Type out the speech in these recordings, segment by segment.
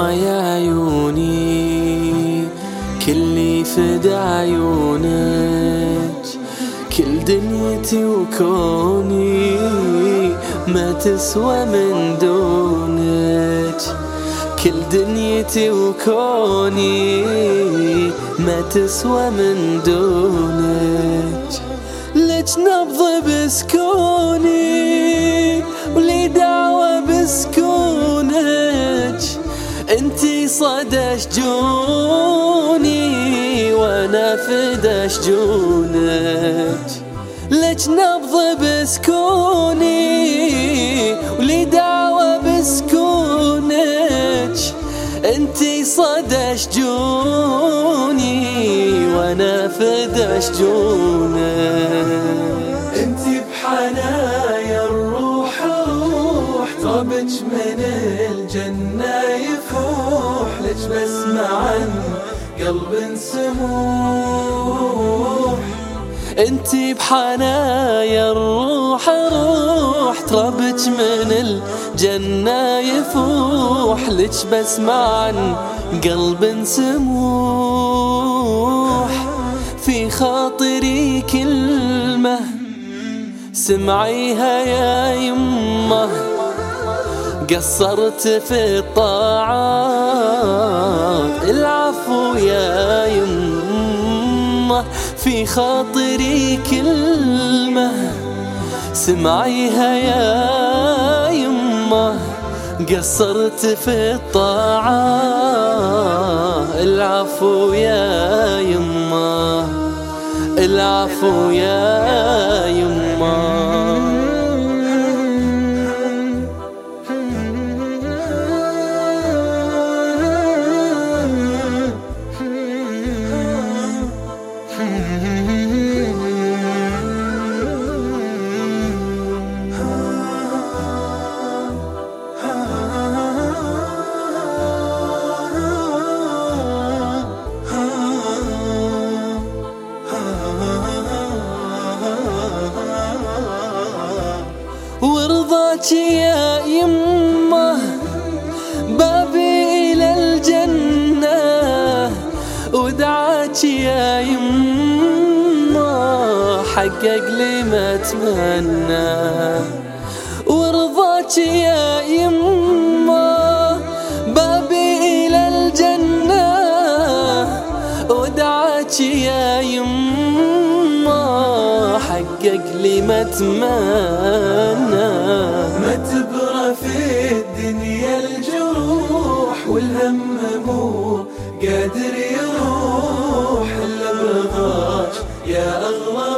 يا عيوني كلي فدى عيونك، كل دنيتي وكوني ما تسوى من دونك، كل دنيتي وكوني ما تسوى من دونك. لك نبض بسكوني ولي دعوة بسكونك، انتي صدى شجوني وانا فدى شجونك. لك نبض بسكوني ولي دعوة بسكونك، انتي صدى شجوني وانا فدى شجونك. انتي بحنايا الروح روح، طابج من الجنة يفوح، لك بسمع عن قلب سموح. انتي بحنايا الروح روح، طابج من الجنة يفوح، لك بسمع عن قلب سموح. في خاطري كلمة سمعيها يا يمه، قصرت في الطاعات العفو يا يمه. في خاطري كلمة سمعيها يا يمه، قصرت في الطاعات العفو يا يمه، العفو يا يمه. ورضاك يا يمه بابي إلى الجنة، ودعاك يا يمه حقق لي ما أتمنى. ورضاك يا يمه بابي إلى الجنة، ودعاك يا يمه حقق لي ما أتمنى. ما تبرى في الدنيا الجروح، والهم مو قادر يروح إلا برضاك يا أغلى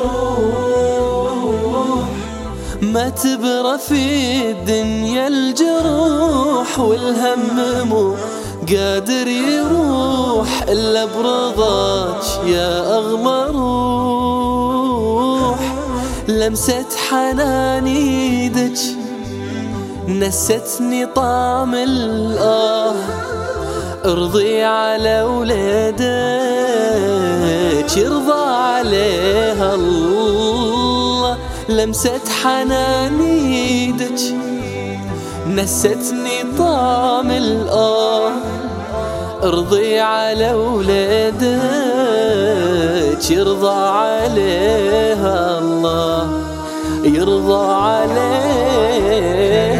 روح. ما تبرى في الدنيا الجروح، والهم مو قادر يروح إلا برضاك يا أغلى روح. لمسة حنان ايدك نستني طعم الآه، ارضي على ولادك يرضى عليها الله. لمسة حنان ايدك نستني طعم الآه، ارضي على ولادك يرضى عليها الله، يرضى عليها.